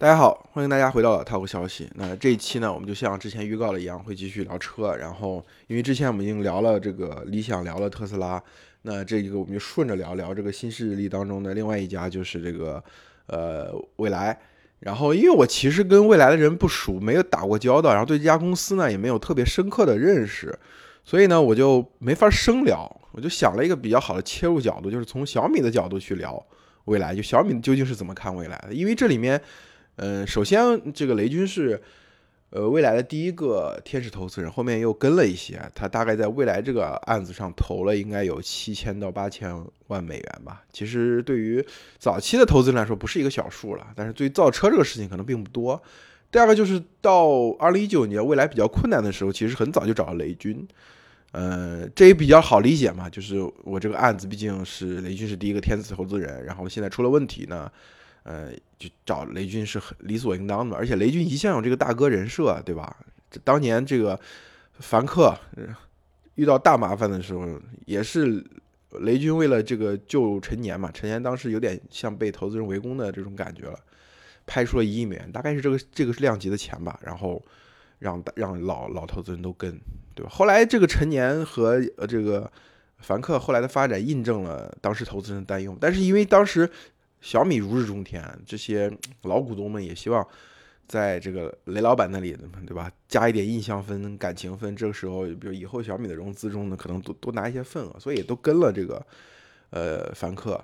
大家好，欢迎大家回到Talk 消息。那这一期呢，我们就像之前预告的一样，会继续聊车。然后，因为之前我们已经聊了这个理想，聊了特斯拉，那这个我们就顺着聊聊这个新势力当中的另外一家，就是这个蔚来。然后，因为我其实跟蔚来的人不熟，没有打过交道，然后对这家公司呢也没有特别深刻的认识，所以呢我就没法深聊。我就想了一个比较好的切入角度，就是从小米的角度去聊蔚来，就小米究竟是怎么看蔚来的？因为这里面首先这个雷军是蔚来的第一个天使投资人，后面又跟了一些，他大概在蔚来这个案子上投了应该有7000到8000万美元吧。其实对于早期的投资人来说不是一个小数了，但是对于造车这个事情可能并不多。第二个就是到2019年蔚来比较困难的时候，其实很早就找了雷军。这也比较好理解嘛，就是我这个案子毕竟是雷军是第一个天使投资人，然后现在出了问题呢，就找雷军是很理所应当的，而且雷军一向有这个大哥人设，对吧？当年这个凡客遇到大麻烦的时候，也是雷军为了这个救陈年嘛，陈年当时有点像被投资人围攻的这种感觉了，拍出了1亿美元，大概是这个量级的钱吧，然后让老投资人都跟，对吧？后来这个陈年和这个凡客后来的发展印证了当时投资人的担忧，但是因为当时小米如日中天，这些老股东们也希望在这个雷老板那里，对吧？加一点印象分、感情分。这个时候，比如以后小米的融资中呢，可能多拿一些份额，所以也都跟了这个凡客。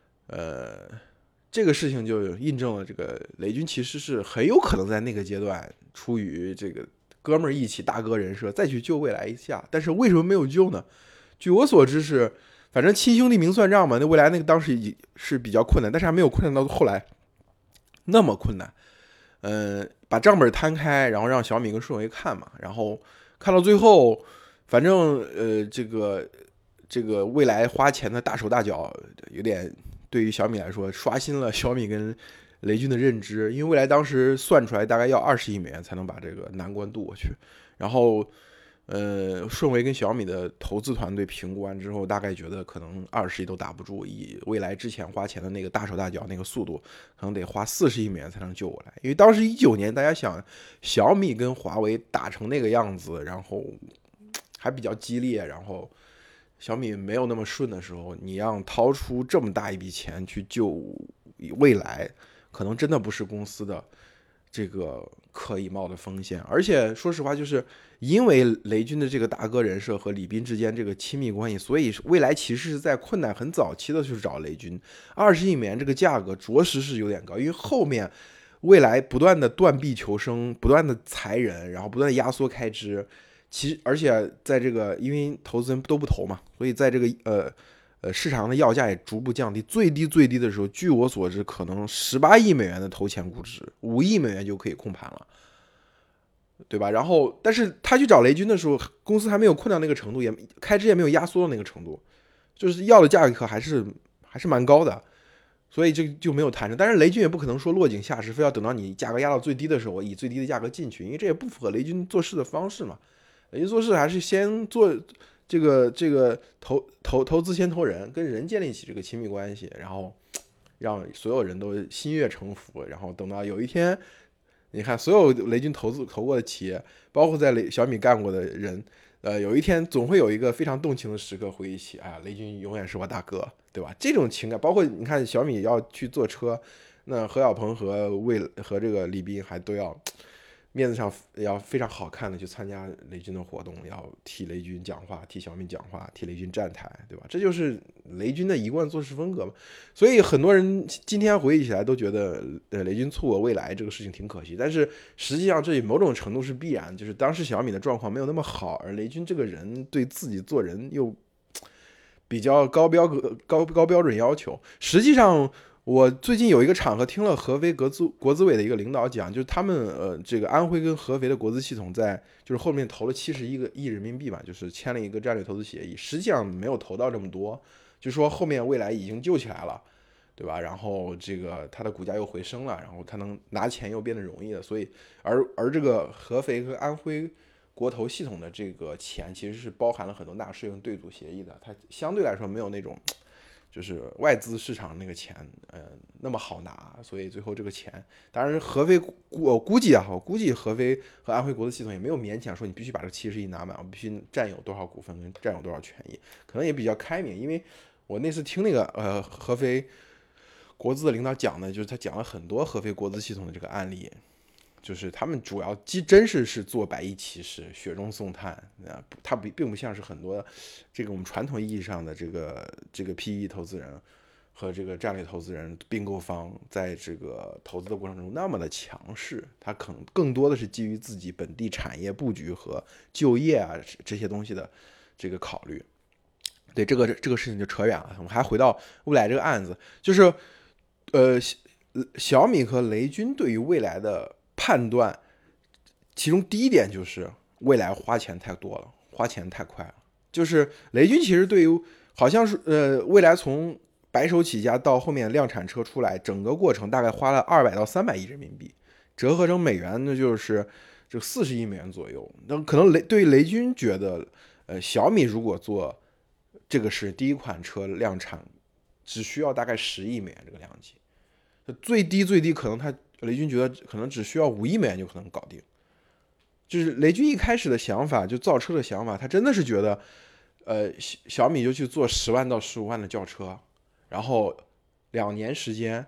这个事情就印证了这个雷军其实是很有可能在那个阶段出于这个哥们儿义气、大哥人设再去救蔚来一下，但是为什么没有救呢？据我所知是，反正亲兄弟明算账嘛。那未来那个当时是比较困难，但是还没有困难到后来那么困难。把账本摊开，然后让小米跟顺为看嘛，然后看到最后，反正这个未来花钱的大手大脚，有点对于小米来说刷新了小米跟雷军的认知，因为未来当时算出来大概要20亿美元才能把这个难关渡过去，然后顺为跟小米的投资团队评估完之后，大概觉得可能20亿都打不住，以未来之前花钱的那个大手大脚那个速度，可能得花40亿美元才能救过来。因为当时19年，大家想小米跟华为打成那个样子，然后还比较激烈，然后小米没有那么顺的时候，你让掏出这么大一笔钱去救未来，可能真的不是公司的这个可以冒的风险。而且说实话，就是因为雷军的这个大哥人设和李斌之间这个亲密关系，所以未来其实是在困难很早期的去找雷军。20亿美元这个价格着实是有点高，因为后面未来不断的断臂求生，不断的裁人，然后不断的压缩开支。而且在这个因为投资人都不投嘛，所以在这个市场上的要价也逐步降低，最低的时候，据我所知，可能18亿美元的投前估值，5亿美元就可以控盘了，对吧？然后，但是他去找雷军的时候，公司还没有困到那个程度，也开支也没有压缩到那个程度，就是要的价格还是蛮高的，所以这就没有谈成。但是雷军也不可能说落井下石，非要等到你价格压到最低的时候，我以最低的价格进去，因为这也不符合雷军做事的方式嘛。雷军做事还是先做这个投资先投人，跟人建立起这个亲密关系，然后让所有人都心悦诚服，然后等到有一天，你看所有雷军投过的企业，包括在小米干过的人，有一天总会有一个非常动情的时刻回忆起，哎呀，雷军永远是我大哥，对吧？这种情感，包括你看小米要去做车，那何小鹏和这个李斌还都要面子上要非常好看的去参加雷军的活动，要替雷军讲话，替小米讲话，替雷军站台，对吧？这就是雷军的一贯做事风格嘛。所以很多人今天回忆起来都觉得，雷军促我未来这个事情挺可惜，但是实际上这某种程度是必然，就是当时小米的状况没有那么好，而雷军这个人对自己做人又比较高标准要求。实际上，我最近有一个场合听了合肥国资委的一个领导讲，就是他们这个安徽跟合肥的国资系统在就是后面投了71亿人民币嘛，就是签了一个战略投资协议，实际上没有投到这么多，就说后面未来已经救起来了，对吧？然后这个它的股价又回升了，然后它能拿钱又变得容易了，所以这个合肥和安徽国投系统的这个钱其实是包含了很多纳税跟对赌协议的，它相对来说没有那种就是外资市场那个钱，那么好拿，所以最后这个钱，当然合肥我估计合肥和安徽国资系统也没有勉强说你必须把这个70亿拿满，我必须占有多少股份跟占有多少权益，可能也比较开明，因为我那次听那个合肥国资的领导讲的，就是他讲了很多合肥国资系统的这个案例。就是他们主要真是做百亿骑士，雪中送炭啊，它并不像是很多这个我们传统意义上的这个 PE 投资人和这个战略投资人并购方在这个投资的过程中那么的强势，它可能更多的是基于自己本地产业布局和就业啊这些东西的这个考虑。对，这个事情就扯远了，我们还回到未来这个案子，就是小米和雷军对于未来的判断，其中第一点就是未来花钱太多了，花钱太快了。就是雷军其实对于好像是未来从白手起家到后面量产车出来，整个过程大概花了200到300亿人民币，折合成美元那就是这40亿美元左右。那可能对于雷军觉得，小米如果做这个是第一款车量产，只需要大概10亿美元这个量级，最低可能雷军觉得可能只需要5亿美元就可能搞定。就是雷军一开始的想法，就造车的想法，他真的是觉得，小米就去做10万到15万的轿车，然后2年时间，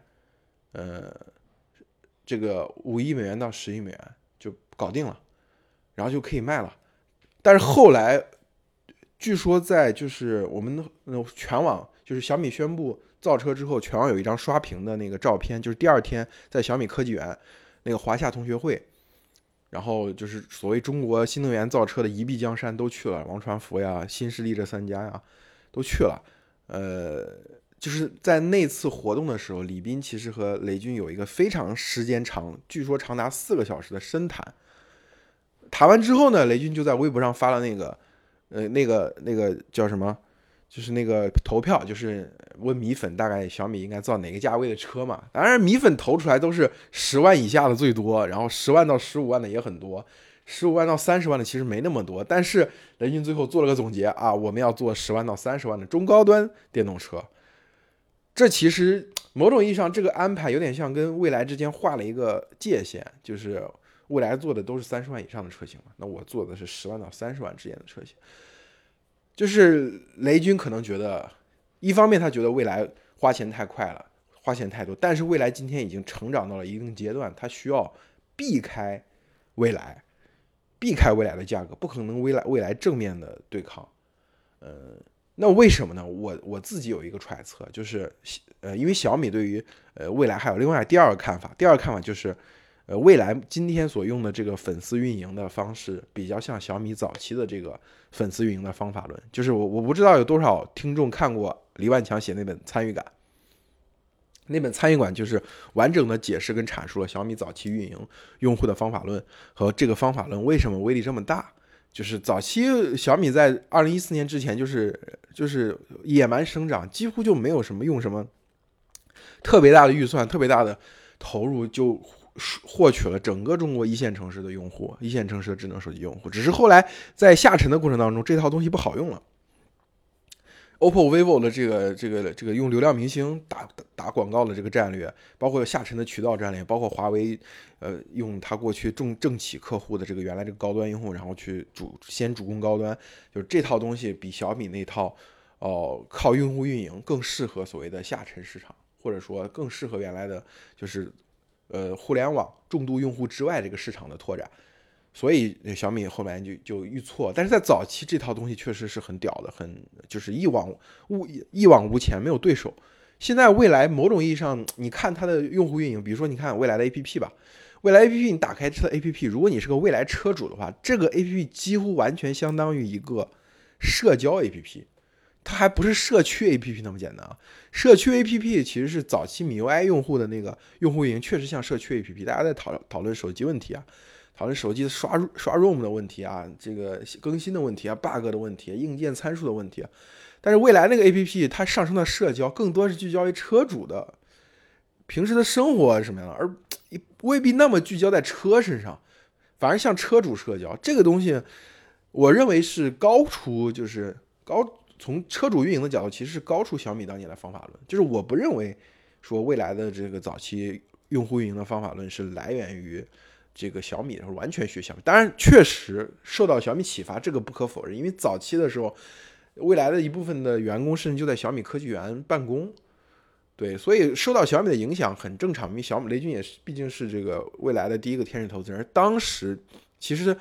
这个5亿美元到10亿美元就搞定了，然后就可以卖了。但是后来，据说在就是我们全网，就是小米宣布造车之后，全网有一张刷屏的那个照片，就是第二天在小米科技园那个华夏同学会，然后就是所谓中国新能源造车的一臂江山都去了，王传福呀、新势力这3家呀都去了。就是在那次活动的时候，李斌其实和雷军有一个非常时间长，据说长达4个小时的深谈。谈完之后呢，雷军就在微博上发了那个叫什么？就是那个投票，就是问米粉大概小米应该造哪个价位的车嘛。当然米粉投出来都是10万以下的最多，然后10万到15万的也很多，15万到30万的其实没那么多。但是雷军最后做了个总结啊，我们要做10万到30万的中高端电动车。这其实某种意义上这个安排有点像跟蔚来之间画了一个界限，就是蔚来做的都是30万以上的车型嘛，那我做的是10万到30万之间的车型。就是雷军可能觉得，一方面他觉得蔚来花钱太快了，花钱太多，但是蔚来今天已经成长到了一定阶段，他需要避开蔚来的价格，不可能蔚来正面的对抗。那为什么呢？我自己有一个揣测，就是因为小米对于蔚来还有另外第二个看法就是蔚来今天所用的这个粉丝运营的方式，比较像小米早期的这个粉丝运营的方法论。就是我不知道有多少听众看过黎万强写那本《参与感》，那本《参与感》就是完整的解释跟阐述了小米早期运营用户的方法论和这个方法论为什么威力这么大。就是早期小米在2014年之前就是野蛮生长，几乎就没有用什么特别大的预算、特别大的投入就获取了整个中国一线城市的用户、一线城市的智能手机用户。只是后来在下沉的过程当中，这套东西不好用了。OPPO、vivo 的这个用流量明星打广告的这个战略，包括下沉的渠道战略，包括华为，用它过去政企客户的这个原来这个高端用户，然后去先主攻高端，就是这套东西比小米那套，靠用户运营更适合所谓的下沉市场，或者说更适合原来的就是互联网重度用户之外这个市场的拓展。所以小米后面就遇错，但是在早期这套东西确实是很屌的，就是一往无前，没有对手。现在蔚来某种意义上，你看它的用户运营，比如说你看蔚来的 APP 吧，蔚来 APP 你打开这个 APP， 如果你是个蔚来车主的话，这个 APP 几乎完全相当于一个社交 APP， 它还不是社区 APP 那么简单啊。社区 APP 其实是早期MIUI 用户的那个用户运营，确实像社区 APP， 大家在讨论手机问题啊。讨论手机的刷 ROM 的问题啊，这个更新的问题啊 ，bug 的问题啊，硬件参数的问题啊。但是蔚来那个 APP 它上升的社交更多是聚焦于车主的平时的生活是什么样的，而未必那么聚焦在车身上，反而像车主社交这个东西，我认为是高从车主运营的角度，其实是高出小米当年的方法论。就是我不认为说未来的这个早期用户运营的方法论是来源于这个小米的，完全学小米。当然，确实受到小米启发，这个不可否认。因为早期的时候，未来的一部分的员工甚至就在小米科技园办公，对，所以受到小米的影响很正常。因为雷军也是毕竟是这个未来的第一个天使投资人。当时其实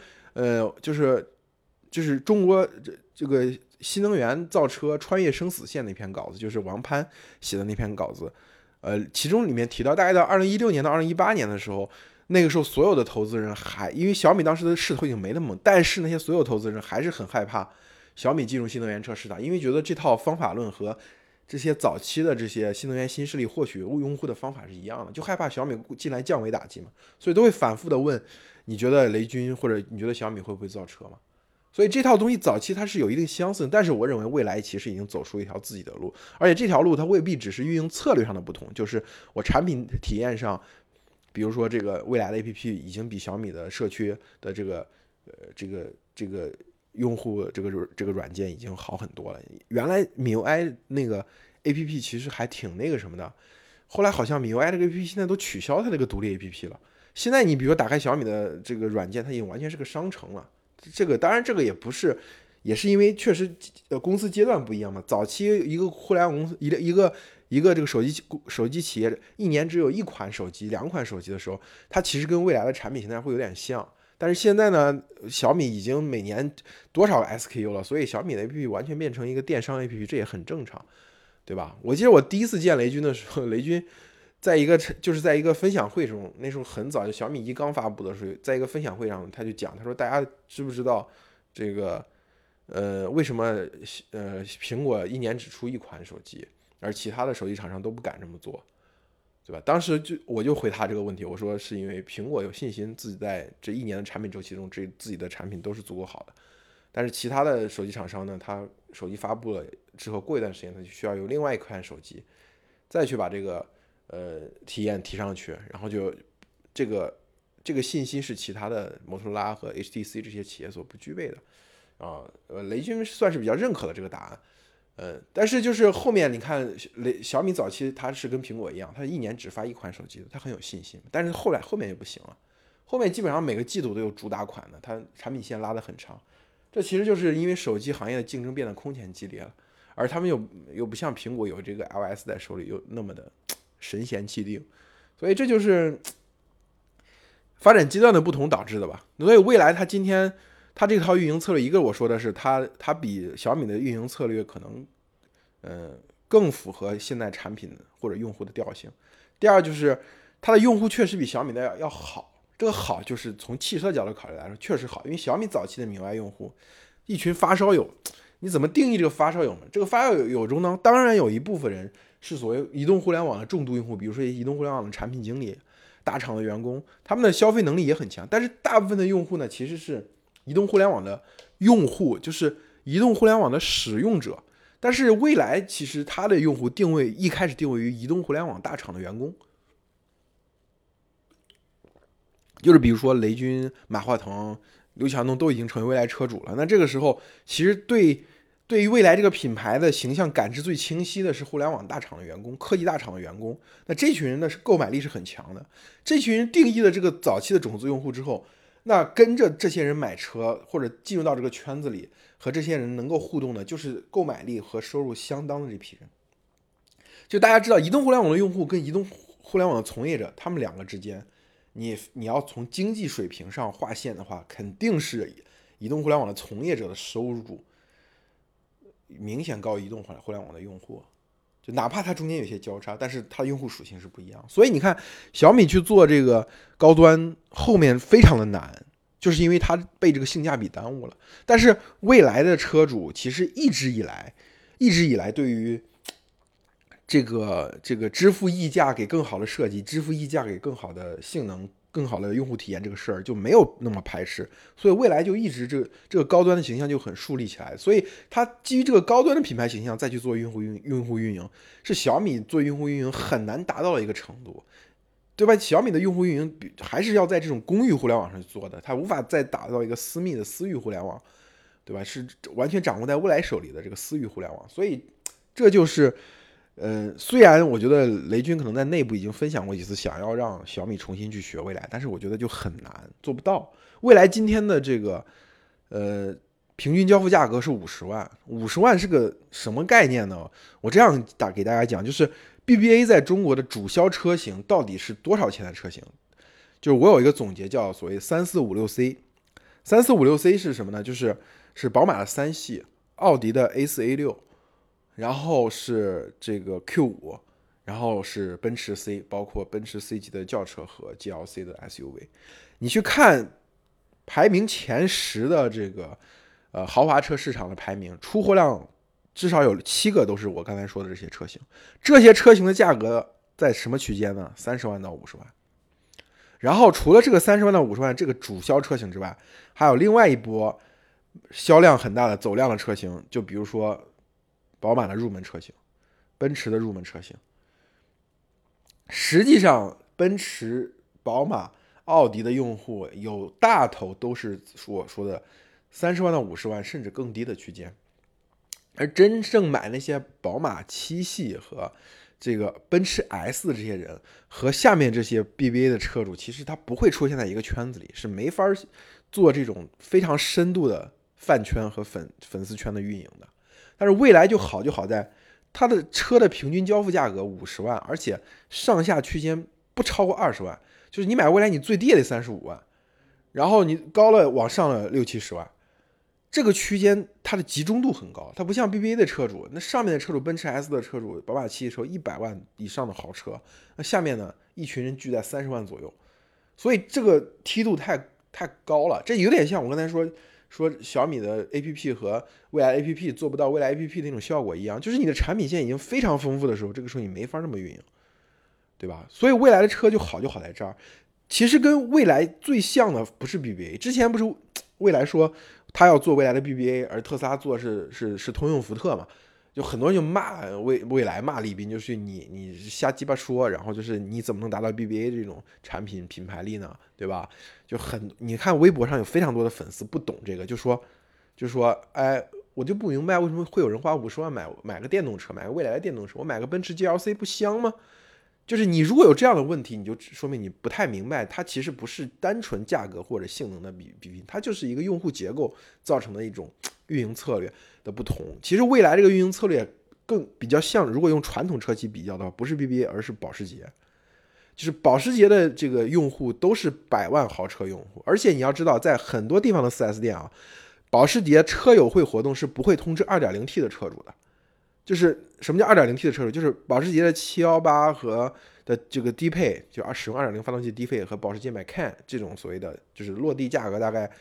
就是中国这个新能源造车穿越生死线那篇稿子，就是王潘写的那篇稿子。其中里面提到，大概到2016年到2018年的时候，那个时候所有的投资人因为小米当时的势头已经没那么猛，但是那些所有投资人还是很害怕小米进入新能源车市场，因为觉得这套方法论和这些早期的这些新能源新势力获取用户的方法是一样的，就害怕小米进来降维打击嘛，所以都会反复的问，你觉得雷军或者你觉得小米会不会造车吗？所以这套东西早期它是有一定相似，但是我认为未来其实已经走出一条自己的路，而且这条路它未必只是运营策略上的不同，就是我产品体验上，比如说这个未来的 APP 已经比小米的社区的这个用户这个软件已经好很多了。原来米 UI 那个 APP 其实还挺那个什么的，后来好像米 UI 这个 APP 现在都取消它这个独立 APP 了。现在你比如说打开小米的这个软件，它已经完全是个商城了。这个当然这个也不是，也是因为确实公司阶段不一样嘛。早期一个互联网公司一个这个手机企业一年只有一款手机2款手机的时候，它其实跟未来的产品形态会有点像。但是现在呢，小米已经每年多少 SKU 了，所以小米的 APP 完全变成一个电商 APP， 这也很正常，对吧？我记得我第一次见雷军的时候，雷军在一个分享会中，那时候很早，就小米1刚发布的时候，在一个分享会上，他就讲，他说大家知不知道这个为什么苹果一年只出1款手机，而其他的手机厂商都不敢这么做，对吧？当时我就回答这个问题，我说是因为苹果有信心自己在这1年的产品周期中，自己的产品都是足够好的，但是其他的手机厂商呢，他手机发布了之后，过一段时间他就需要有另外一款手机再去把这个体验提上去，然后就这个信息是其他的摩托罗拉和 HTC 这些企业所不具备的啊。雷军算是比较认可了这个答案。但是就是后面你看小米早期它是跟苹果一样，它1年只发1款手机的，它很有信心。但是后面就不行了，后面基本上每个季度都有主打款的，它产品线拉得很长。这其实就是因为手机行业的竞争变得空前激烈了，而他们又不像苹果有这个 iOS 在手里又那么的神闲气定，所以这就是发展阶段的不同导致的吧。所以未来它今天它这套运营策略，一个我说的是它比小米的运营策略可能更符合现在产品或者用户的调性。第二就是它的用户确实比小米的要好，这个好就是从汽车角度考虑来说确实好，因为小米早期的米 UI 用户一群发烧友，你怎么定义这个发烧友呢？这个发烧友中呢，当然有一部分人是所谓移动互联网的重度用户，比如说移动互联网的产品经理、大厂的员工，他们的消费能力也很强。但是大部分的用户呢，其实是移动互联网的用户，就是移动互联网的使用者。但是未来其实它的用户一开始定位于移动互联网大厂的员工，就是比如说雷军、马化腾、刘强东都已经成为未来车主了。那这个时候，其实对于未来这个品牌的形象感知最清晰的是互联网大厂的员工、科技大厂的员工。那这群人的购买力是很强的。这群人定义了这个早期的种子用户之后，那跟着这些人买车或者进入到这个圈子里，和这些人能够互动的，就是购买力和收入相当的这批人。就大家知道，移动互联网的用户跟移动互联网的从业者，他们两个之间，你要从经济水平上划线的话，肯定是移动互联网的从业者的收入明显高于移动互联网的用户，就哪怕它中间有些交叉，但是它的用户属性是不一样。所以你看小米去做这个高端后面非常的难，就是因为它被这个性价比耽误了。但是未来的车主其实一直以来对于这个支付溢价给更好的设计，支付溢价给更好的性能、更好的用户体验这个事儿就没有那么排斥，所以未来就一直这个高端的形象就很树立起来。所以它基于这个高端的品牌形象再去做用户运营，是小米做用户运营很难达到的一个程度，对吧？小米的用户运营还是要在这种公域互联网上去做的，它无法再打造一个私密的私域互联网，对对吧？是完全掌握在蔚来手里的这个私域互联网，所以这就是。虽然我觉得雷军可能在内部已经分享过几次，想要让小米重新去学蔚来，但是我觉得就很难，做不到。蔚来今天的这个平均交付价格是50万，50万是个什么概念呢？我这样给大家讲，就是 BBA 在中国的主销车型到底是多少钱的车型？就是我有一个总结叫所谓3456C，3456C 是什么呢？是宝马的3系，奥迪的 A4A6。然后是这个 Q5，然后是奔驰 C， 包括奔驰 C 级的轿车和 GLC 的 SUV。你去看排名前10的这个豪华车市场的排名，出货量至少有7个都是我刚才说的这些车型。这些车型的价格在什么区间呢？30万到50万。然后除了这个30万到50万这个主销车型之外，还有另外一波销量很大的走量的车型，就比如说宝马的入门车型，奔驰的入门车型。实际上，奔驰、宝马、奥迪的用户有大头都是我说的30万到50万，甚至更低的区间。而真正买那些宝马7系和这个奔驰 S 的这些人，和下面这些 BBA 的车主，其实他不会出现在一个圈子里，是没法做这种非常深度的饭圈和粉丝圈的运营的。但是蔚来就好在它的车的平均交付价格50万，而且上下区间不超过20万，就是你买蔚来你最低也得35万，然后你高了往上了60-70万，这个区间它的集中度很高，它不像 BBA 的车主，那上面的车主奔驰 S 的车主，宝马7的车100万以上的豪车，那下面呢一群人聚在30万左右，所以这个梯度太高了，这有点像我刚才说小米的 APP 和蔚来 APP 做不到蔚来 APP 那种效果一样，就是你的产品线已经非常丰富的时候，这个时候你没法那么运营，对吧？所以蔚来的车就好在这儿。其实跟蔚来最像的不是 BBA， 之前不是蔚来说他要做蔚来的 BBA， 而特斯拉做是通用福特嘛，就很多人就骂蔚来骂李斌，就是你瞎鸡巴说，然后就是你怎么能达到 BBA 这种产品品牌力呢？对吧？你看微博上有非常多的粉丝不懂这个，就说哎，我就不明白为什么会有人花50万买个电动车，买个蔚来的电动车，我买个奔驰 GLC 不香吗？就是你如果有这样的问题，你就说明你不太明白，它其实不是单纯价格或者性能的比拼，它就是一个用户结构造成的一种运营策略的不同。其实蔚来这个运营策略更比较像，如果用传统车企比较的话，不是 BBA 而是保时捷。就是保时捷的这个用户都是100万豪车用户，而且你要知道，在很多地方的 4S 店啊，保时捷车友会活动是不会通知 2.0T 的车主的。就是什么叫 2.0T 的车主？就是保时捷的718和的这个低配，就使用2.0发动机低配和保时捷Macan 这种所谓的就是落地价格大概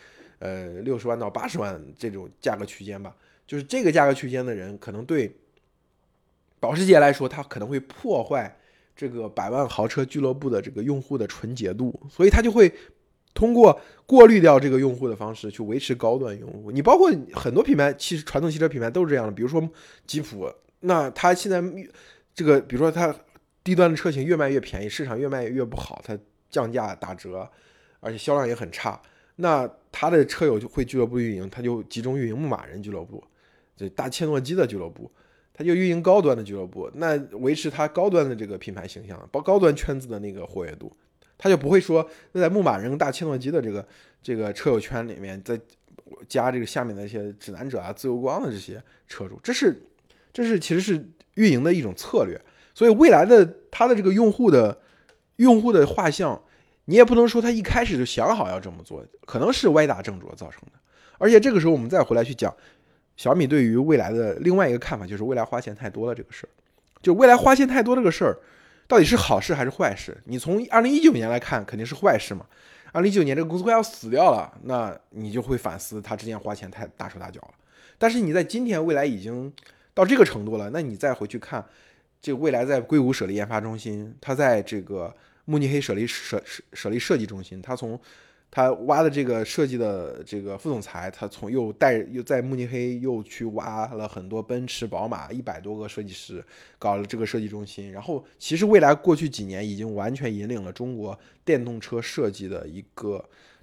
60万到80万这种价格区间吧。就是这个价格区间的人，可能对保时捷来说，他可能会破坏这个100万豪车俱乐部的这个用户的纯洁度，所以他就会通过过滤掉这个用户的方式去维持高端用户。你包括很多品牌，传统汽车品牌都是这样的，比如说吉普，那它现在这个比如说它低端的车型越卖越便宜，市场越卖越不好，它降价打折，而且销量也很差，那它的车友就会俱乐部运营，它就集中运营牧马人俱乐部，这大切诺基的俱乐部，它就运营高端的俱乐部，那维持它高端的这个品牌形象，高端圈子的那个活跃度，他就不会说那在牧马人、大切诺基的这个车友圈里面再加这个下面的一些指南者啊、自由光的这些车主，这其实是运营的一种策略。所以未来的它的这个用户的画像，你也不能说他一开始就想好要这么做，可能是歪打正着造成的。而且这个时候我们再回来去讲小米对于未来的另外一个看法，就是未来花钱太多了这个事儿。就未来花钱太多这个事儿，到底是好事还是坏事？你从2019年来看，肯定是坏事嘛。2019年这个公司快要死掉了，那你就会反思他之前花钱太大手大脚了。但是你在今天未来已经到这个程度了，那你再回去看，这个未来在硅谷设立研发中心，他在这个慕尼黑设立设计中心，他挖的这个设计的这个副总裁，他又在慕尼黑又去挖了很多奔驰、宝马100多个设计师，搞了这个设计中心。然后，其实未来过去几年已经完全引领了中国电动车设计的一个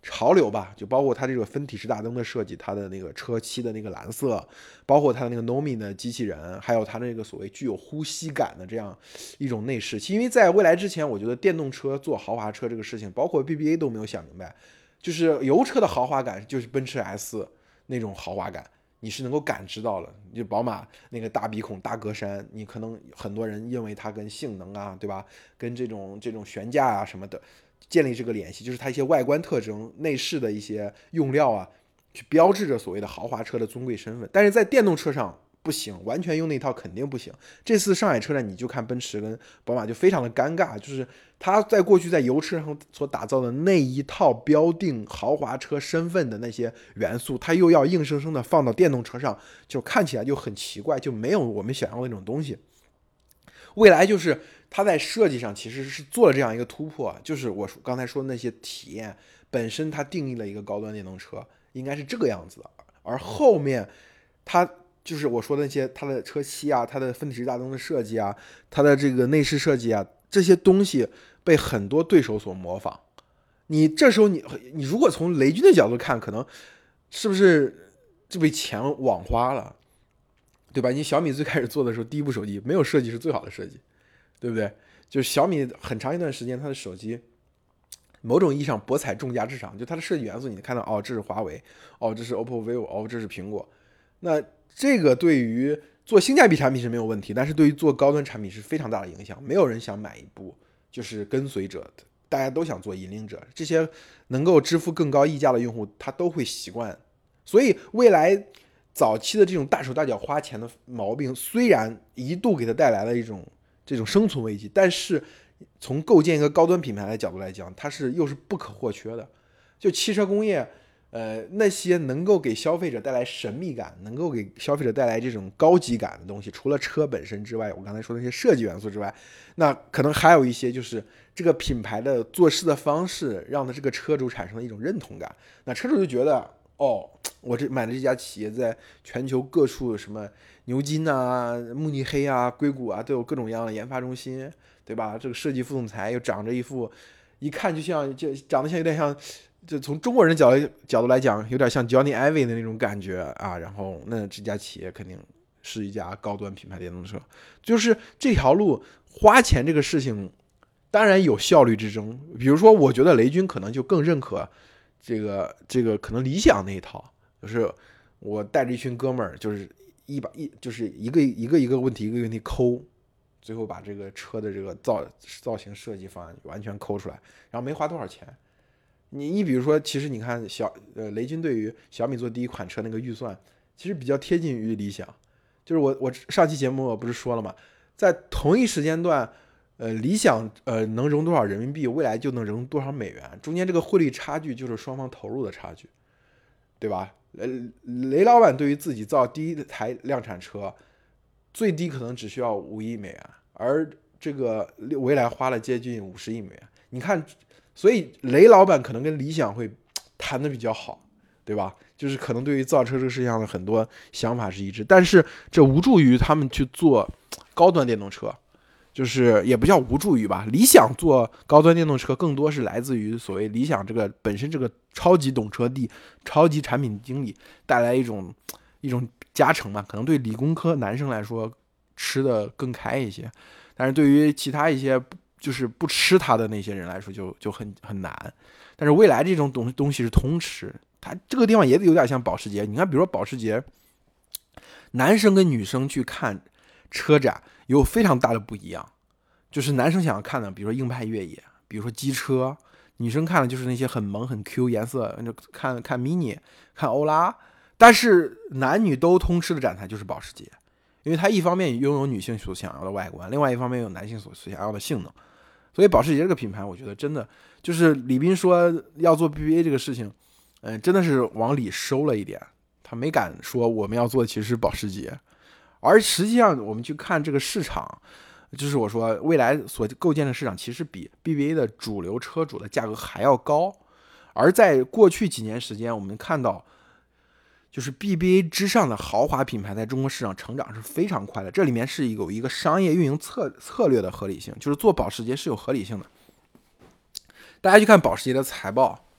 潮流吧，就包括它这个分体式大灯的设计，它的那个车漆的那个蓝色，包括它的那个 Nomi 的机器人，还有它那个所谓具有呼吸感的这样一种内饰。因为在未来之前，我觉得电动车做豪华车这个事情，包括 BBA 都没有想明白，就是油车的豪华感就是奔驰 S 那种豪华感。你是能够感知到了，就宝马那个大鼻孔、大格栅，你可能很多人认为它跟性能啊，对吧？跟这种悬架啊什么的建立这个联系，就是它一些外观特征、内饰的一些用料啊，去标志着所谓的豪华车的尊贵身份。但是在电动车上不行，完全用那套肯定不行。这次上海车展，你就看奔驰跟宝马就非常的尴尬，就是它在过去在油车上所打造的那一套标定豪华车身份的那些元素，它又要硬生生的放到电动车上，就看起来就很奇怪，就没有我们想要的那种东西。未来就是它在设计上其实是做了这样一个突破，就是我刚才说的那些体验本身，它定义了一个高端电动车应该是这个样子的，而后面它就是我说的那些它的车漆啊，它的分体式大灯的设计啊，它的这个内饰设计啊，这些东西被很多对手所模仿。你这时候你如果从雷军的角度看，可能是不是就被钱枉花了，对吧？你小米最开始做的时候，第一部手机没有设计是最好的设计，对不对？就是小米很长一段时间，它的手机某种意义上博采众家之长，就它的设计元素，你看到哦，这是华为，哦，这是 OPPO、vivo， 哦，这是苹果。那这个对于做性价比产品是没有问题，但是对于做高端产品是非常大的影响。没有人想买一部就是跟随者，大家都想做引领者。这些能够支付更高溢价的用户，他都会习惯。所以未来早期的这种大手大脚花钱的毛病，虽然一度给他带来了这种生存危机，但是从构建一个高端品牌的角度来讲，它又是不可或缺的。就汽车工业，那些能够给消费者带来神秘感，能够给消费者带来这种高级感的东西，除了车本身之外，我刚才说的那些设计元素之外，那可能还有一些就是这个品牌的做事的方式，让的这个车主产生了一种认同感。那车主就觉得，哦，我这买的这家企业在全球各处什么牛津啊、慕尼黑啊、硅谷啊都有各种各样的研发中心，对吧？这个设计副总裁又长着一副，一看就长得像有点像，就从中国人的角度来讲，有点像 Johnny Ive 的那种感觉啊。然后那这家企业肯定是一家高端品牌电动车，就是这条路花钱这个事情，当然有效率之争。比如说，我觉得雷军可能就更认可这个可能理想那一套，就是我带着一群哥们儿，就是就是一个问题一个问题抠，最后把这个车的这个造型设计方案完全抠出来，然后没花多少钱。你比如说，其实你看雷军对于小米做第一款车那个预算，其实比较贴近于理想。就是我上期节目我不是说了嘛，在同一时间段，理想能融多少人民币，未来就能融多少美元，中间这个汇率差距就是双方投入的差距，对吧？雷老板对于自己造第一台量产车，最低可能只需要5亿美元，而这个未来花了接近50亿美元。你看，所以雷老板可能跟理想会谈的比较好，对吧？就是可能对于造车这个事情上的很多想法是一致，但是这无助于他们去做高端电动车。就是也不叫无助于吧，理想做高端电动车更多是来自于所谓理想这个本身这个超级懂车帝、超级产品经理带来一种加成嘛，可能对理工科男生来说吃的更开一些，但是对于其他一些就是不吃它的那些人来说就很难。但是未来这种东西是通吃，它这个地方也有点像保时捷。你看，比如说保时捷，男生跟女生去看车展有非常大的不一样，就是男生想要看的，比如说硬派越野，比如说机车，女生看的就是那些很萌很 Q 颜色，就看 mini 看欧拉。但是男女都通吃的展台就是保时捷，因为它一方面拥有女性所想要的外观，另外一方面有男性所想要的性能。所以保时捷这个品牌，我觉得真的就是李斌说要做 BBA 这个事情，真的是往里收了一点，他没敢说我们要做的其实是保时捷。而实际上我们去看这个市场，就是我说未来所构建的市场其实比 BBA 的主流车主的价格还要高。而在过去几年时间，我们看到就是 BBA 之上的豪华品牌在中国市场成长是非常快的，这里面是有一个商业运营策略的合理性，就是做保时捷是有合理性的。大家去看保时捷的财报，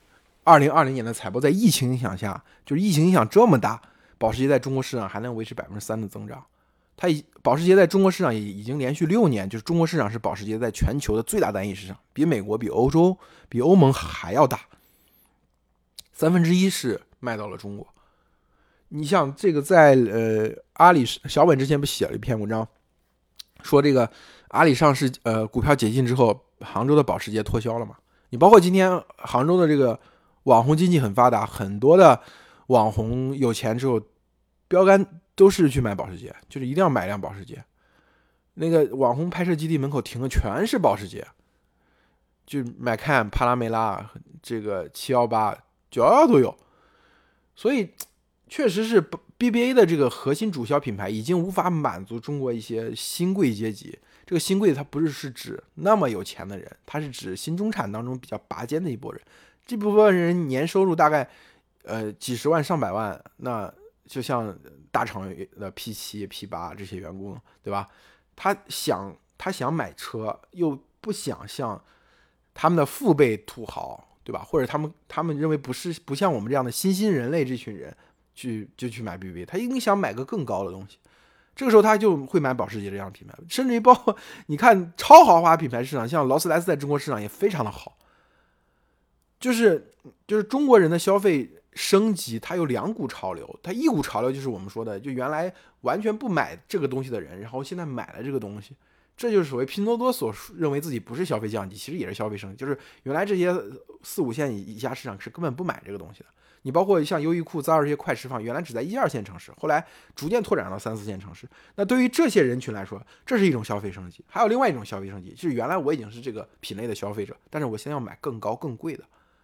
2020年的财报，在疫情影响下，就是疫情影响这么大，保时捷在中国市场还能维持3%的增长。保时捷在中国市场也已经连续6年，就是中国市场是保时捷在全球的最大单一市场，比美国、比欧洲、比欧盟还要大，1/3是卖到了中国。你像这个在阿里小本之前不写了一篇文章，说这个阿里上市股票解禁之后，杭州的保时捷脱销了嘛？你包括今天杭州的这个网红经济很发达，很多的网红有钱之后，标杆都是去买保时捷，就是一定要买辆保时捷。那个网红拍摄基地门口停的全是保时捷，就买看帕拉梅拉、这个718、911都有。所以确实是 BBA 的这个核心主销品牌已经无法满足中国一些新贵阶级。这个新贵它不是指那么有钱的人，它是指新中产当中比较拔尖的一波人。这部分人年收入大概几十万上百万，那就像大厂的 P7、P8 这些员工，对吧？他想买车，又不想像他们的父辈土豪，对吧？或者他们认为不像我们这样的新兴人类这群人就去买 BBA， 他一定想买个更高的东西。这个时候他就会买保时捷这样的品牌，甚至于包括你看超豪华品牌市场，像劳斯莱斯在中国市场也非常的好。就是中国人的消费升级，它有2股潮流，它一股潮流就是我们说的，就原来完全不买这个东西的人，然后现在买了这个东西，这就是所谓拼多多所认为自己不是消费降级，其实也是消费升级，就是原来这些4、5线以下市场是根本不买这个东西的。你包括像优衣库、Zara 这些快时尚，原来只在1、2线城市，后来逐渐拓展到3、4线城市。那对于这些人群来说，这是一种消费升级。还有另外一种消费升级，就是原来我已经是这个品类的消费者，但是我现在要买更高更贵的。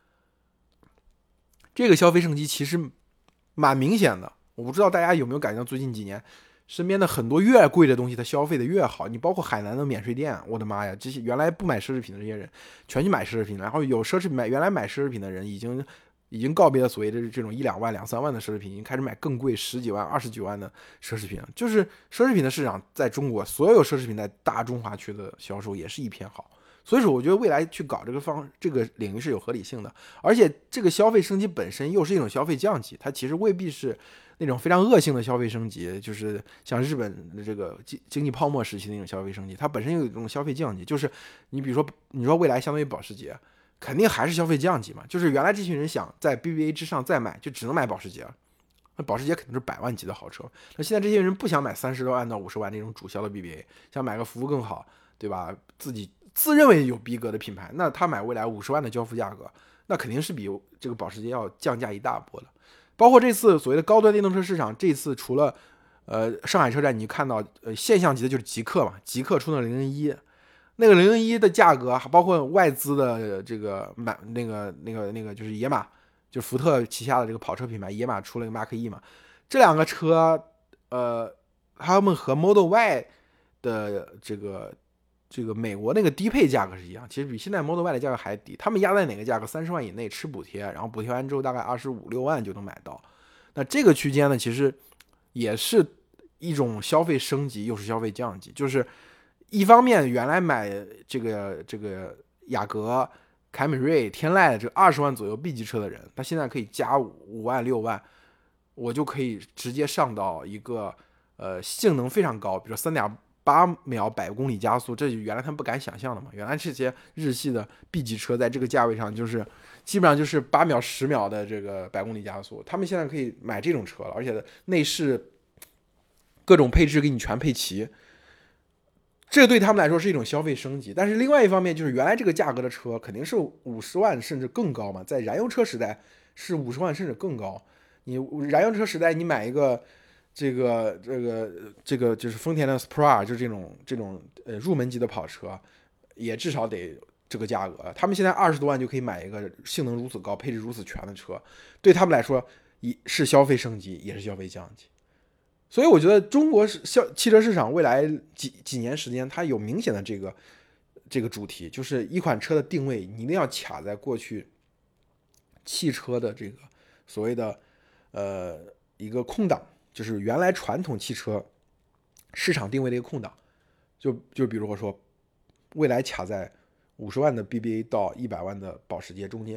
这个消费升级其实蛮明显的，我不知道大家有没有感觉到最近几年身边的很多越贵的东西它消费的越好。你包括海南的免税店，我的妈呀，这些原来不买奢侈品的这些人全去买奢侈品，然后有奢侈品原来买奢侈品的人已经告别了所谓的这种1、2万、2、3万的奢侈品，已经开始买更贵10几万、20几万的奢侈品了。就是奢侈品的市场在中国，所有奢侈品在大中华区的销售也是一片好。所以说我觉得未来去搞这个领域是有合理性的，而且这个消费升级本身又是一种消费降级，它其实未必是那种非常恶性的消费升级，就是像日本的这个经济泡沫时期的那种消费升级，它本身有一种消费降级，就是你比如说你说未来相对于保时捷肯定还是消费降级嘛，就是原来这群人想在 BBA 之上再买，就只能买保时捷了，那保时捷肯定是100万级的豪车，那现在这些人不想买30多万到50万那种主销的 BBA， 想买个服务更好，对吧？自认为有逼格的品牌，那他买未来50万的交付价格，那肯定是比这个保时捷要降价一大波的。包括这次所谓的高端电动车市场，这次除了上海车展，你看到现象级的就是极氪嘛，极氪出的001，那个001的价格，包括外资的这个那个就是野马，就是福特旗下的这个跑车品牌野马出了个 Mark E 嘛，这2个车他们和 Model Y 的这个美国那个低配价格是一样，其实比现在 Model Y 的价格还低。他们压在哪个价格？30万以内吃补贴，然后补贴完之后大概25、6万就能买到。那这个区间呢，其实也是一种消费升级，又是消费降级。就是一方面，原来买这个雅阁、凯美瑞、天籁的这20万左右 B 级车的人，他现在可以加5万、6万，我就可以直接上到一个性能非常高，比如说3.8秒100公里加速，这原来他们不敢想象的嘛。原来这些日系的 B 级车在这个价位上就是基本上就是8秒、10秒的这个100公里加速，他们现在可以买这种车了，而且内饰各种配置给你全配齐，这对他们来说是一种消费升级。但是另外一方面，就是原来这个价格的车肯定是50万甚至更高嘛，在燃油车时代是50万甚至更高。你燃油车时代你买一个这个就是丰田的 Supra， 就这种入门级的跑车，也至少得这个价格。他们现在20多万就可以买一个性能如此高、配置如此全的车，对他们来说是消费升级，也是消费降级。所以我觉得中国汽车市场未来几年时间，它有明显的这个主题，就是一款车的定位，你一定要卡在过去汽车的这个所谓的一个空档。就是原来传统汽车市场定位的一个空档，就比如说，未来卡在50万的 BBA 到100万的保时捷中间，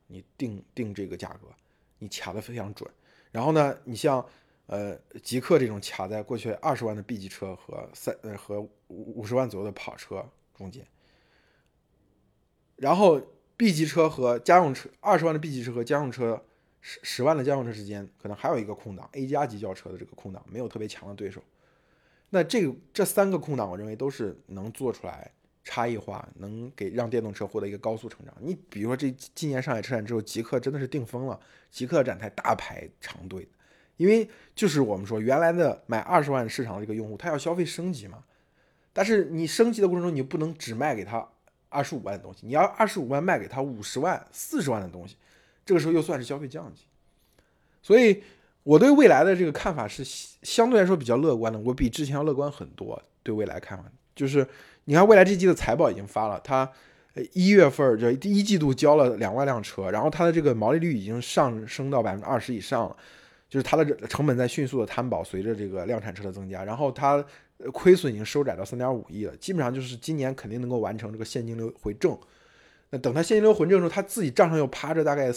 你定这个价格，你卡得非常准。然后呢，你像极客这种卡在过去20万的 B 级车和50万左右的跑车中间，然后 B 级车和家用车20万的 B 级车和家用车10万的家用车之间，可能还有一个空档 A 加级轿车的这个空档，没有特别强的对手。那这3个空档，我认为都是能做出来差异化，能让电动车获得一个高速成长。你比如说今年上海车展之后，极客真的是定疯了，极客展台大排长队，因为就是我们说原来的买20万市场的这个用户，他要消费升级嘛，但是你升级的过程中，你不能只卖给他25万的东西，你要25万卖给他50万、40万的东西，这个时候又算是消费降级。所以我对未来的这个看法是相对来说比较乐观的，我比之前要乐观很多。对未来看法，就是你看未来这季的财报已经发了，它1月份就第1季度交了2万辆车，然后它的这个毛利率已经上升到20%以上了，就是它的成本在迅速的摊薄，随着这个量产车的增加，然后它亏损已经收窄到3.5亿了，基本上就是今年肯定能够完成这个现金流回正。那等它现金流回正的时候，它自己账上又趴着大概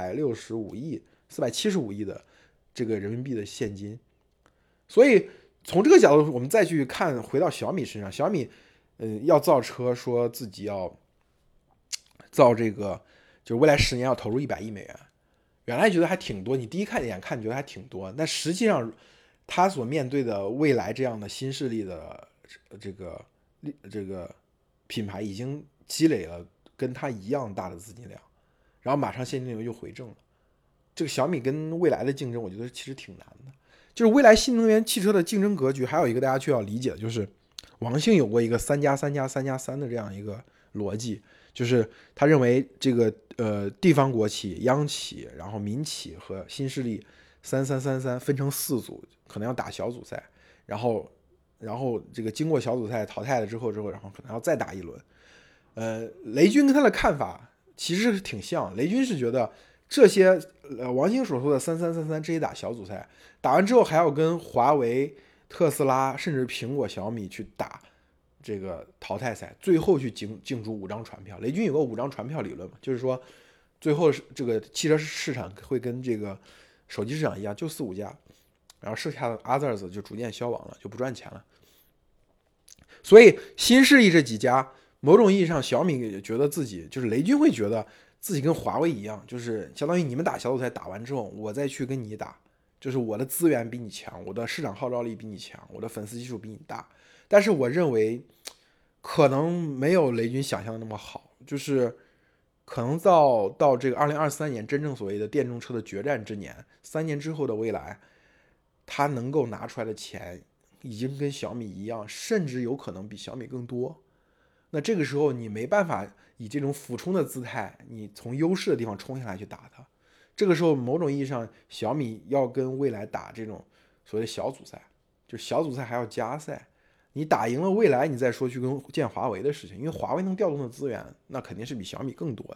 465亿、475亿的这个人民币的现金，所以从这个角度，我们再去看，回到小米身上，小米，要造车，说自己要造这个，就是未来10年要投入100亿美元，原来觉得还挺多，你第一眼看觉得还挺多，但实际上，他所面对的未来这样的新势力的这个品牌，已经积累了跟他一样大的资金量，然后马上现金流又回正了。这个小米跟未来的竞争，我觉得其实挺难的。就是未来新能源汽车的竞争格局，还有一个大家需要理解的，就是王兴有过一个3+3+3+3的这样一个逻辑，就是他认为这个地方国企、央企，然后民企和新势力3-3-3-3分成4组，可能要打小组赛，然后这个经过小组赛淘汰了之后，然后可能要再打一轮。雷军跟他的看法其实是挺像，雷军是觉得这些王兴所说的3-3-3-3这些打小组赛，打完之后还要跟华为、特斯拉甚至苹果、小米去打这个淘汰赛，最后去竞逐5张传票。雷军有个5张传票理论嘛，就是说最后这个汽车市场会跟这个手机市场一样，就4-5家，然后剩下的 others 就逐渐消亡了，就不赚钱了。所以新势力这几家，某种意义上小米也觉得自己，就是雷军会觉得自己跟华为一样，就是相当于你们打小组赛打完之后，我再去跟你打，就是我的资源比你强，我的市场号召力比你强，我的粉丝基础比你大。但是我认为可能没有雷军想象的那么好，就是可能到这个2023年真正所谓的电动车的决战之年，3年之后的未来，他能够拿出来的钱已经跟小米一样，甚至有可能比小米更多。那这个时候你没办法以这种俯冲的姿态，你从优势的地方冲下来去打它。这个时候某种意义上，小米要跟蔚来打这种所谓的小组赛，就小组赛还要加赛。你打赢了蔚来，你再说去跟建华为的事情，因为华为能调动的资源，那肯定是比小米更多的。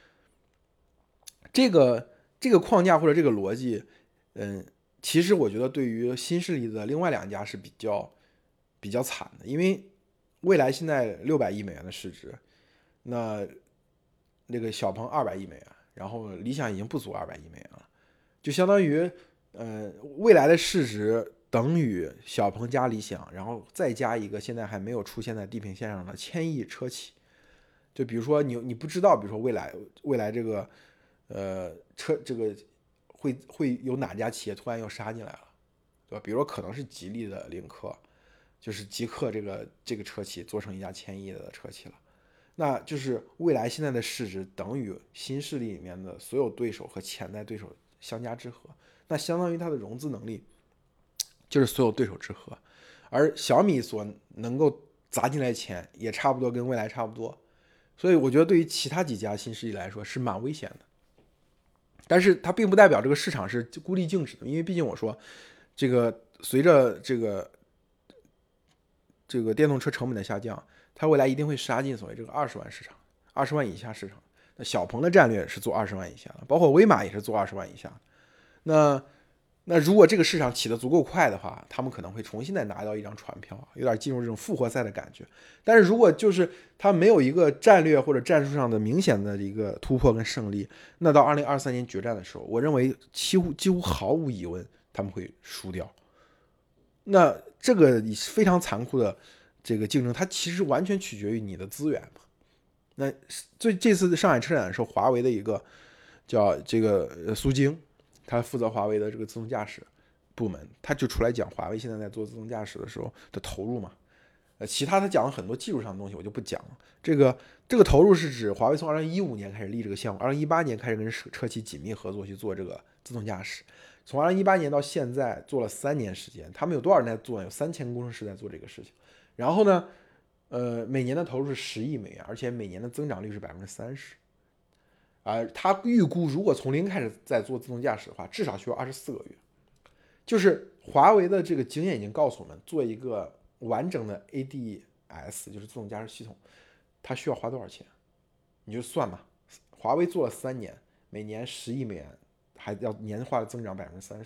这个框架或者这个逻辑，其实我觉得对于新势力的另外2家是比较惨的，因为蔚来现在600亿美元的市值，那个小鹏200亿美元，然后理想已经不足200亿美元了，就相当于蔚来的市值等于小鹏加理想，然后再加一个现在还没有出现在地平线上的1000亿车企。就比如说你不知道，比如说蔚来这个车这个会有哪家企业突然又杀进来了，对吧？比如说可能是吉利的领克，就是极客这个车企做成一家1000亿的车企了，那就是蔚来现在的市值等于新势力里面的所有对手和潜在对手相加之和，那相当于它的融资能力就是所有对手之和，而小米所能够砸进来钱也差不多跟蔚来差不多，所以我觉得对于其他几家新势力来说是蛮危险的。但是它并不代表这个市场是孤立静止的，因为毕竟我说这个随着这个电动车成本的下降，它未来一定会杀进所谓这个20万市场，20万以下市场。那小鹏的战略是做20万以下的，包括威马也是做20万以下的。那那如果这个市场起得足够快的话，他们可能会重新再拿到一张船票，有点进入这种复活赛的感觉。但是如果就是他没有一个战略或者战术上的明显的一个突破跟胜利，那到2023年决战的时候，我认为几乎毫无疑问他们会输掉。那这个非常残酷的这个竞争，它其实完全取决于你的资源。那这次上海车展的时候，华为的一个叫这个苏晶，他负责华为的这个自动驾驶部门，他就出来讲华为现在在做自动驾驶的时候的投入嘛。其他他讲了很多技术上的东西，我就不讲了。这个投入是指华为从2015年开始立这个项目，2018年开始跟车企紧密合作去做这个自动驾驶，从2018年到现在做了3年时间，他们有多少人在做？有3000工程师在做这个事情。然后呢，每年的投入是10亿美元，而且每年的增长率是30%。他预估如果从零开始在做自动驾驶的话，至少需要24个月。就是华为的这个经验已经告诉我们，做一个完整的 ADS 就是自动驾驶系统，它需要花多少钱？你就算吧。华为做了3年，每年10亿美元，还要年化的增长30%，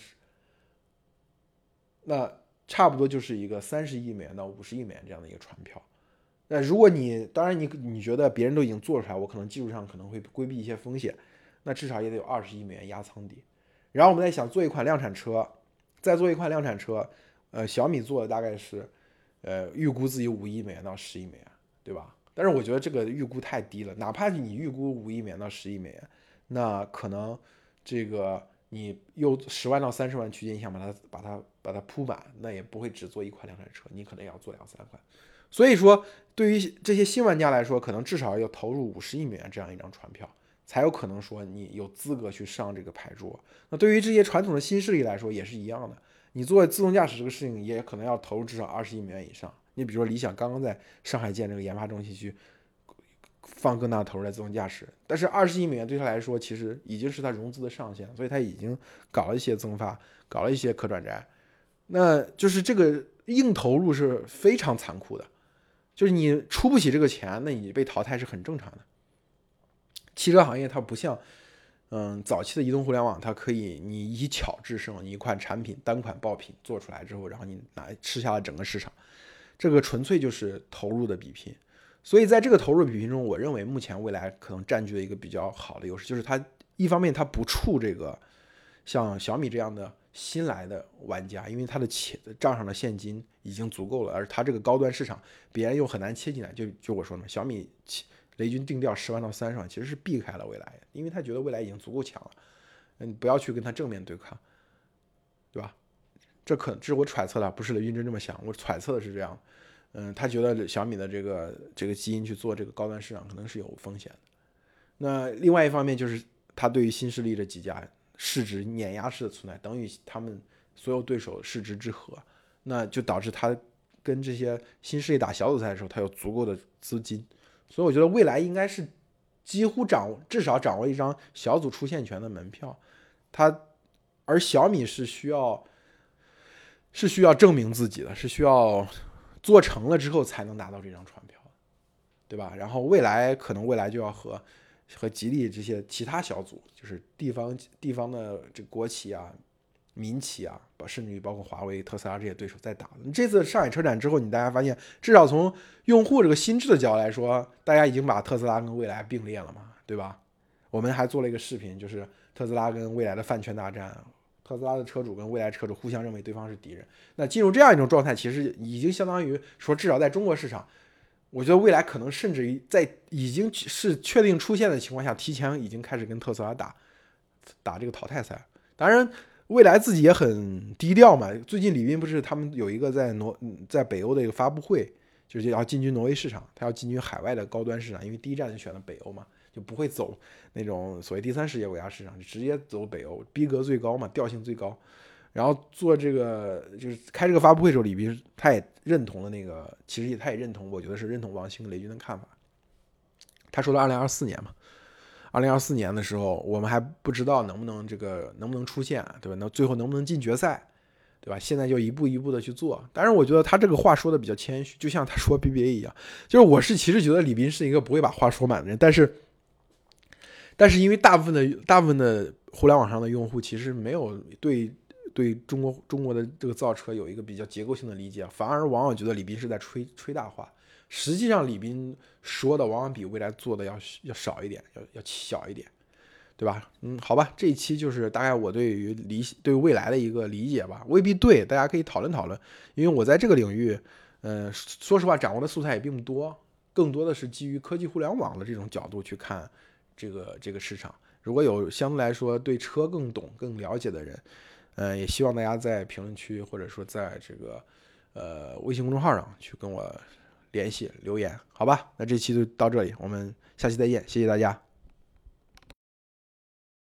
那差不多就是一个30亿美元到50亿美元这样的一个船票。那如果当然你觉得别人都已经做出来，我可能技术上可能会规避一些风险，那至少也得有20亿美元压舱底。然后我们在想做一款量产车，再做一款量产车，小米做的大概是，预估自己5亿美元到10亿美元，对吧？但是我觉得这个预估太低了，哪怕你预估5亿美元到10亿美元，那可能这个你又10万到30万区间，你想把它铺满，那也不会只做一款量产车，你可能也要做2-3款。所以说，对于这些新玩家来说，可能至少要投入50亿美元这样一张船票，才有可能说你有资格去上这个牌桌。那对于这些传统的新势力来说也是一样的，你做自动驾驶这个事情也可能要投入至少20亿美元以上。你比如说理想刚刚在上海建这个研发中心去放更大的投入在自动驾驶，但是20亿美元对他来说其实已经是他融资的上限，所以他已经搞了一些增发，搞了一些可转债。那就是这个硬投入是非常残酷的，就是你出不起这个钱，那你被淘汰是很正常的。汽车行业它不像早期的移动互联网，它可以你以巧制胜，你一款产品单款爆品做出来之后，然后你吃下了整个市场，这个纯粹就是投入的比拼。所以在这个投入比拼中，我认为目前未来可能占据了一个比较好的优势，就是它一方面它不触这个像小米这样的新来的玩家，因为它的账上的现金已经足够了，而它这个高端市场别人又很难切进来。就我说的，小米雷军定调10万到30万，其实是避开了未来，因为他觉得未来已经足够强了，你不要去跟他正面对抗，对吧？这是我揣测的，不是雷军真这么想，我揣测的是这样。他觉得小米的这个基因去做这个高端市场可能是有风险的。那另外一方面就是他对于新势力这几家市值碾压式的存在，等于他们所有对手市值之和，那就导致他跟这些新势力打小组赛的时候，他有足够的资金。所以我觉得未来应该是几乎至少掌握一张小组出线权的门票。而小米是需要证明自己的，是需要做成了之后才能拿到这张船票，对吧？然后未来就要和吉利这些其他小组，就是地方的这个国企啊、民企啊，甚至于包括华为、特斯拉这些对手在打。这次上海车展之后，大家发现，至少从用户这个心智的角度来说，大家已经把特斯拉跟蔚来并列了嘛，对吧？我们还做了一个视频，就是特斯拉跟蔚来的饭圈大战，特斯拉的车主跟蔚来车主互相认为对方是敌人。那进入这样一种状态，其实已经相当于说，至少在中国市场，我觉得未来可能甚至于在已经是确定出现的情况下，提前已经开始跟特斯拉打这个淘汰赛。当然，蔚来自己也很低调嘛。最近李斌不是他们有一个在北欧的一个发布会，就是要进军挪威市场，他要进军海外的高端市场，因为第一站就选了北欧嘛，就不会走那种所谓第三世界国家市场，就直接走北欧，逼格最高嘛，调性最高。然后做这个就是开这个发布会的时候，李斌他也认同了其实他也认同，我觉得是认同王兴雷军的看法。他说了2024年嘛，2024年的时候我们还不知道能不能出现，对吧？那最后能不能进决赛，对吧？现在就一步一步的去做。当然我觉得他这个话说的比较谦虚，就像他说 BBA 一样，就是我其实觉得李斌是一个不会把话说满的人，但是因为大部分的互联网上的用户其实没有对对中国的这个造车有一个比较结构性的理解，反而往往觉得李斌是在吹大话。实际上，李斌说的往往比未来做的要少一点，要小一点，对吧？好吧，这一期就是大概我对于未来的一个理解吧，未必对，大家可以讨论讨论。因为我在这个领域，说实话掌握的素材也并不多，更多的是基于科技互联网的这种角度去看这个市场。如果有相对来说对车更懂、更了解的人，也希望大家在评论区或者说在这个微信公众号上去跟我联系留言，好吧？那这期就到这里，我们下期再见，谢谢大家。